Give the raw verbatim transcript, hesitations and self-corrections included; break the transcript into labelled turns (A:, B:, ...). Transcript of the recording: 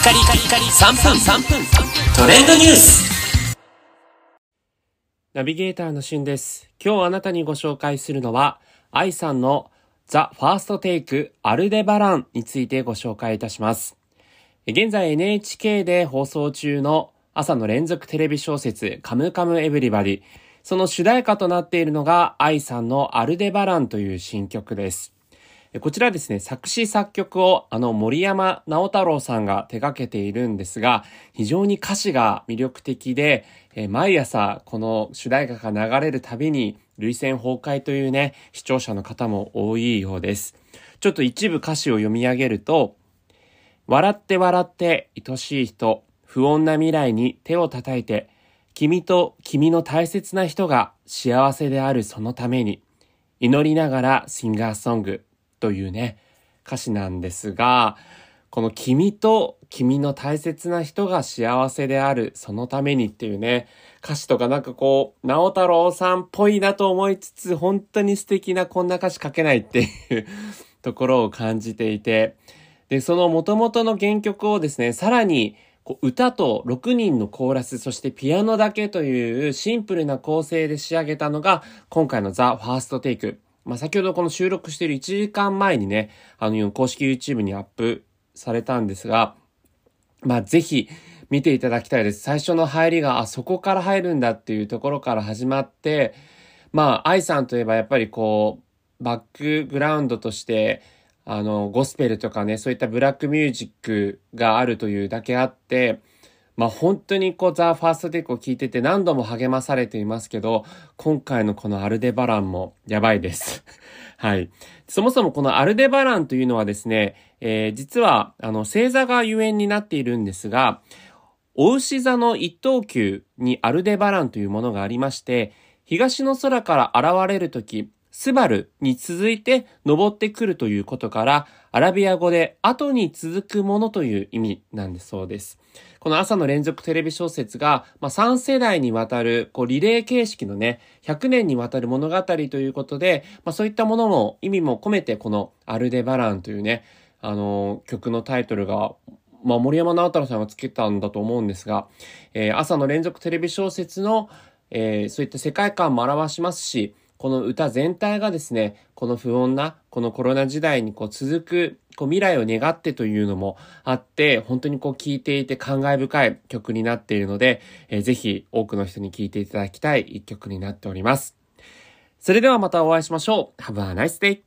A: カリカリカリさんぷんさんぷんトレンドニュース。
B: ナビゲーターのしゅんです。今日あなたにご紹介するのは愛さんのザ・ファーストテイクアルデバランについてご紹介いたします。現在 エヌエイチケー で放送中の朝の連続テレビ小説カムカムエヴリバディ、その主題歌となっているのが愛さんのアルデバランという新曲です。こちらですね、作詞作曲をあの森山直太朗さんが手掛けているんですが、非常に歌詞が魅力的で、え毎朝この主題歌が流れるたびに涙腺崩壊というね、視聴者の方も多いようです。ちょっと一部歌詞を読み上げると、笑って笑って愛しい人、不穏な未来に手を叩いて、君と君の大切な人が幸せであるそのために、祈りながらシンガーソングというね、歌詞なんですが、この君と君の大切な人が幸せであるそのためにっていうね、歌詞とかなんかこう、直太朗さんっぽいなと思いつつ、本当に素敵なこんな歌詞書けないっていうところを感じていて、で、その元々の原曲をですね、さらにこう歌とろくにんのコーラス、そしてピアノだけというシンプルな構成で仕上げたのが、今回のザ・ファーストテイク。まあ、先ほどこの収録しているいちじかんまえにね、あの、公式 YouTube にアップされたんですが、まあ、ぜひ見ていただきたいです。最初の入りが、あ、そこから入るんだっていうところから始まって、まあ、愛さんといえばやっぱりこう、バックグラウンドとして、あの、ゴスペルとかね、そういったブラックミュージックがあるというだけあって、まあ本当にこうザ・ファーストテイクを聞いてて何度も励まされていますけど、今回のこのアルデバランもやばいです。はい。そもそもこのアルデバランというのはですね、えー、実はあの星座がゆえんになっているんですが、お牛座の一等級にアルデバランというものがありまして、東の空から現れるとき、スバルに続いて登ってくるということから、アラビア語で後に続くものという意味なんだそうです。この朝の連続テレビ小説が、まあ、さん世代にわたるこうリレー形式のね、ひゃくねんにわたる物語ということで、まあ、そういったものも意味も込めてこのアルデバランというね、あのー、曲のタイトルが、まあ、森山直太朗さんがつけたんだと思うんですが、えー、朝の連続テレビ小説の、えー、そういった世界観も表しますし、この歌全体がですね、この不穏な、このコロナ時代にこう続く、こう未来を願ってというのもあって、本当にこう聴いていて感慨深い曲になっているので、えー、ぜひ多くの人に聴いていただきたい一曲になっております。それではまたお会いしましょう。Have a nice day!